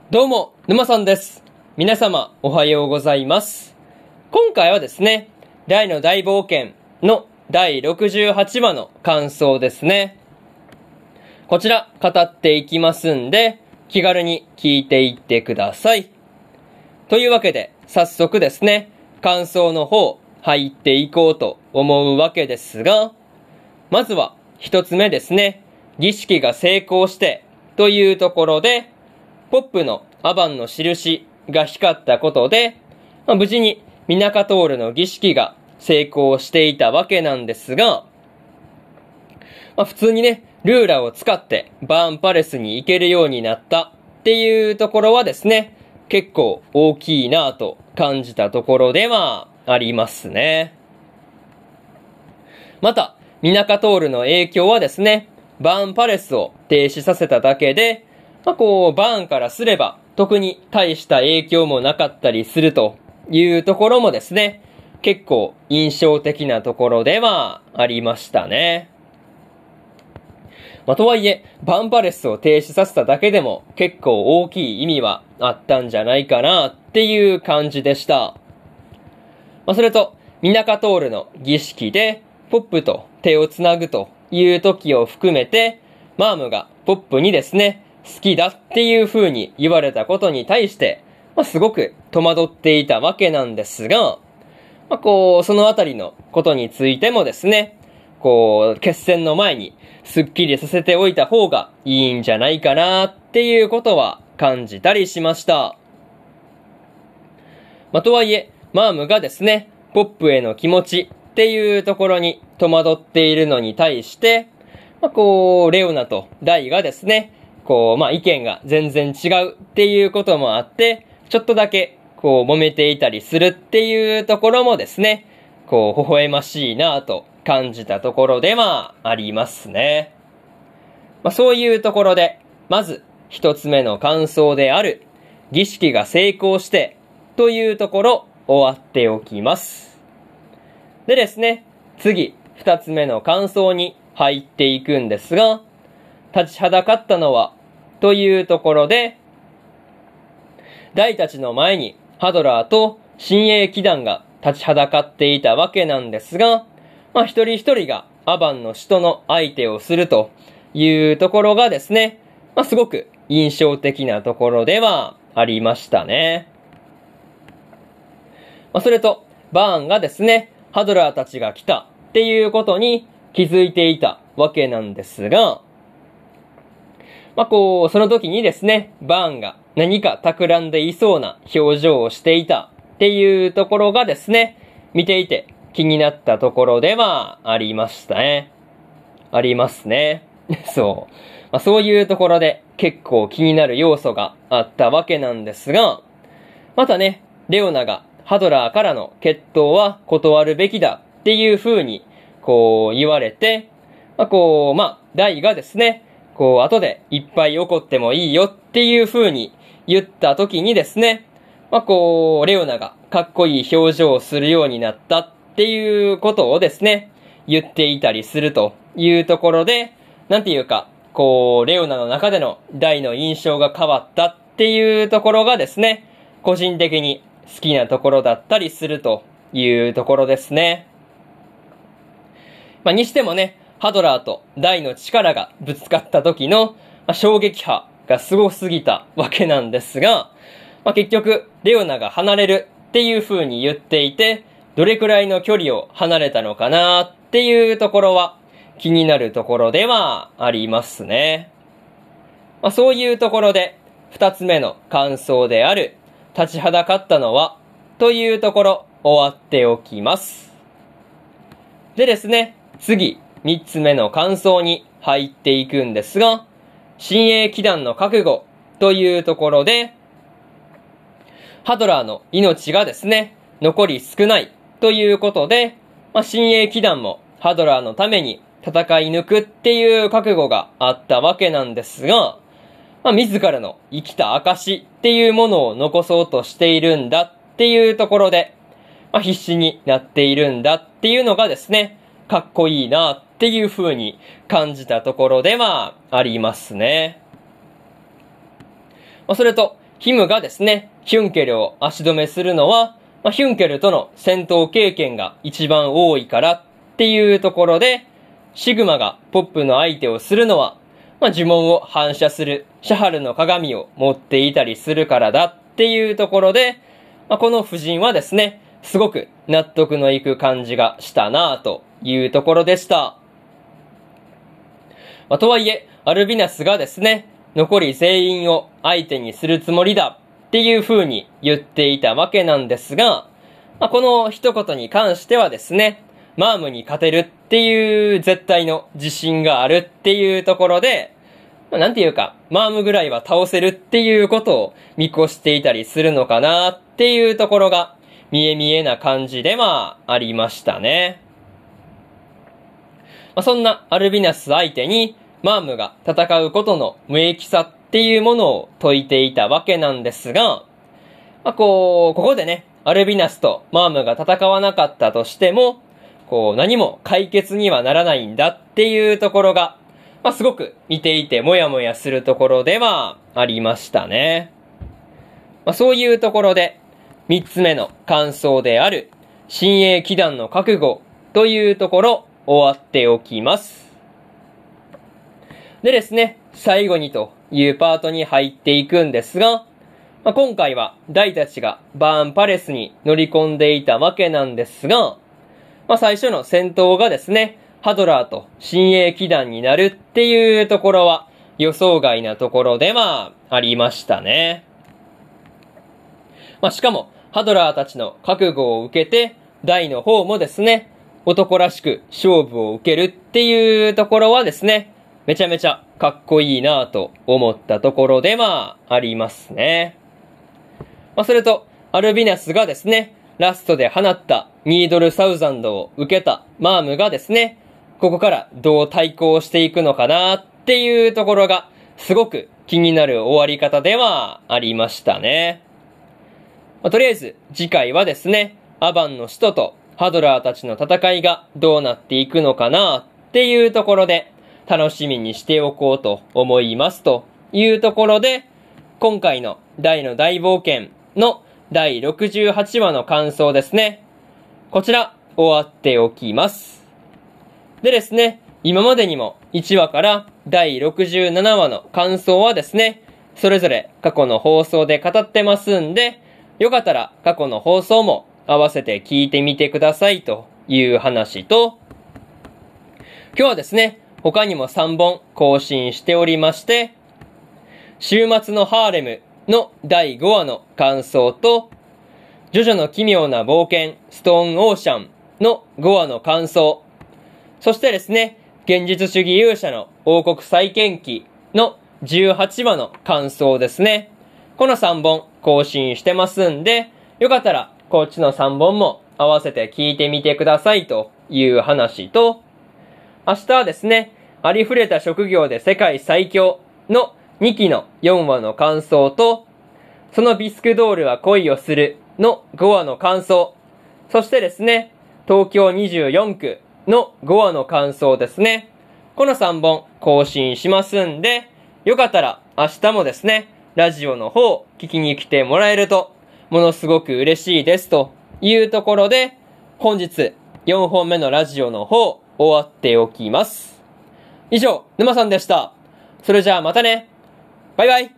どうも、沼さんです。皆様、おはようございます。今回はですね、大の大冒険の第68話の感想ですね。こちら、語っていきますんで、気軽に聞いていってください。というわけで、早速ですね、感想の方、入っていこうと思うわけですが、まずは、一つ目ですね、儀式が成功して、というところで、ポップのアバンの印が光ったことで、無事にミナカトールの儀式が成功していたわけなんですが、普通にね、ルーラを使ってバーンパレスに行けるようになったっていうところはですね、結構大きいなぁと感じたところではありますね。また、ミナカトールの影響はですね、バーンパレスを停止させただけで、バーンからすれば特に大した影響もなかったりするというところもですね、結構印象的なところではありましたね。とはいえ、バーンパレスを停止させただけでも結構大きい意味はあったんじゃないかなっていう感じでした。それと、ミナカトールの儀式でポップと手をつなぐという時を含めて、マームがポップにですね、好きだっていう風に言われたことに対して、すごく戸惑っていたわけなんですが、そのあたりのことについてもですね、決戦の前にスッキリさせておいた方がいいんじゃないかなっていうことは感じたりしました。とはいえ、マームがですね、ポップへの気持ちっていうところに戸惑っているのに対して、レオナとダイがですね、意見が全然違うっていうこともあって、ちょっとだけ、揉めていたりするっていうところもですね、微笑ましいなぁと感じたところではありますね。そういうところで、まず、一つ目の感想である、儀式が成功して、というところ、終わっておきます。でですね、次、二つ目の感想に入っていくんですが、立ちはだかったのは、というところで、ダイたちの前にハドラーと親衛騎団が立ちはだかっていたわけなんですが、一人一人がアバンの使徒の相手をするというところがですね、すごく印象的なところではありましたね。それと、バーンがですね、ハドラーたちが来たっていうことに気づいていたわけなんですが、その時にですね、バーンが何か企んでいそうな表情をしていたっていうところがですね、見ていて気になったところではありましたね。ありますね。そう。そういうところで結構気になる要素があったわけなんですが、またね、レオナがハドラーからの決闘は断るべきだっていう風に言われて、ダイがですね、後でいっぱい怒ってもいいよっていう風に言った時にですね、レオナがかっこいい表情をするようになったっていうことをですね、言っていたりするというところで、なんていうか、レオナの中でのダイの印象が変わったっていうところがですね、個人的に好きなところだったりするというところですね。にしてもね、ハドラーとダイの力がぶつかった時の衝撃波がすごすぎたわけなんですが、結局、レオナが離れるっていう風に言っていて、どれくらいの距離を離れたのかなっていうところは気になるところではありますね。そういうところで、二つ目の感想である、立ちはだかったのは、というところ終わっておきます。でですね、次、三つ目の感想に入っていくんですが、親衛騎団の覚悟というところで、ハドラーの命がですね、残り少ないということで、親衛騎団もハドラーのために戦い抜くっていう覚悟があったわけなんですが、自らの生きた証っていうものを残そうとしているんだっていうところで、必死になっているんだっていうのがですね、かっこいいなっていう風に感じたところではありますね。それと、 ヒムがですね、ヒュンケルを足止めするのは、ヒュンケルとの戦闘経験が一番多いからっていうところで、シグマがポップの相手をするのは、呪文を反射するシャハルの鏡を持っていたりするからだっていうところで、この夫人はですね、すごく納得のいく感じがしたなぁというところでした。とはいえ、アルビナスがですね、残り全員を相手にするつもりだっていう風に言っていたわけなんですが、この一言に関してはですね、マームに勝てるっていう絶対の自信があるっていうところで、なんていうか、マームぐらいは倒せるっていうことを見越していたりするのかなっていうところが見え見えな感じでありましたね。そんなアルビナス相手にマームが戦うことの無益さっていうものを説いていたわけなんですが、ここでね、アルビナスとマームが戦わなかったとしても、何も解決にはならないんだっていうところが、すごく見ていてもやもやするところではありましたね。そういうところで、三つ目の感想である、親衛騎団の覚悟というところ、終わっておきます。でですね、最後にというパートに入っていくんですが、今回はダイたちがバーンパレスに乗り込んでいたわけなんですが、最初の戦闘がですね、ハドラーと親衛騎団になるっていうところは予想外なところでありましたね。しかも、ハドラーたちの覚悟を受けて、ダイの方もですね、男らしく勝負を受けるっていうところはですね、めちゃめちゃかっこいいなぁと思ったところでありますね。それと、アルビナスがですね、ラストで放ったニードルサウザンドを受けたマームがですね、ここからどう対抗していくのかなっていうところが、すごく気になる終わり方でありましたね。とりあえず、次回はですね、アバンの使徒とハドラーたちの戦いがどうなっていくのかなっていうところで、楽しみにしておこうと思いますというところで、今回の大の大冒険の第68話の感想ですね。こちら終わっておきます。でですね、今までにも1話から第67話の感想はですね、それぞれ過去の放送で語ってますんで、よかったら過去の放送も合わせて聞いてみてくださいという話と、今日はですね、他にも3本更新しておりまして、週末のハーレムの第5話の感想と、ジョジョの奇妙な冒険ストーンオーシャンの5話の感想、そしてですね、現実主義勇者の王国再建記の18話の感想ですね。この3本更新してますんで、よかったらこっちの3本も合わせて聞いてみてくださいという話と、明日はですね、ありふれた職業で世界最強の2期の4話の感想と、そのビスクドールは恋をするの5話の感想、そしてですね、東京24区の5話の感想ですね。この3本更新しますんで、よかったら明日もですね、ラジオの方聞きに来てもらえると、ものすごく嬉しいですというところで、本日4本目のラジオの方終わっておきます。以上、沼さんでした。それじゃあまたね。バイバイ。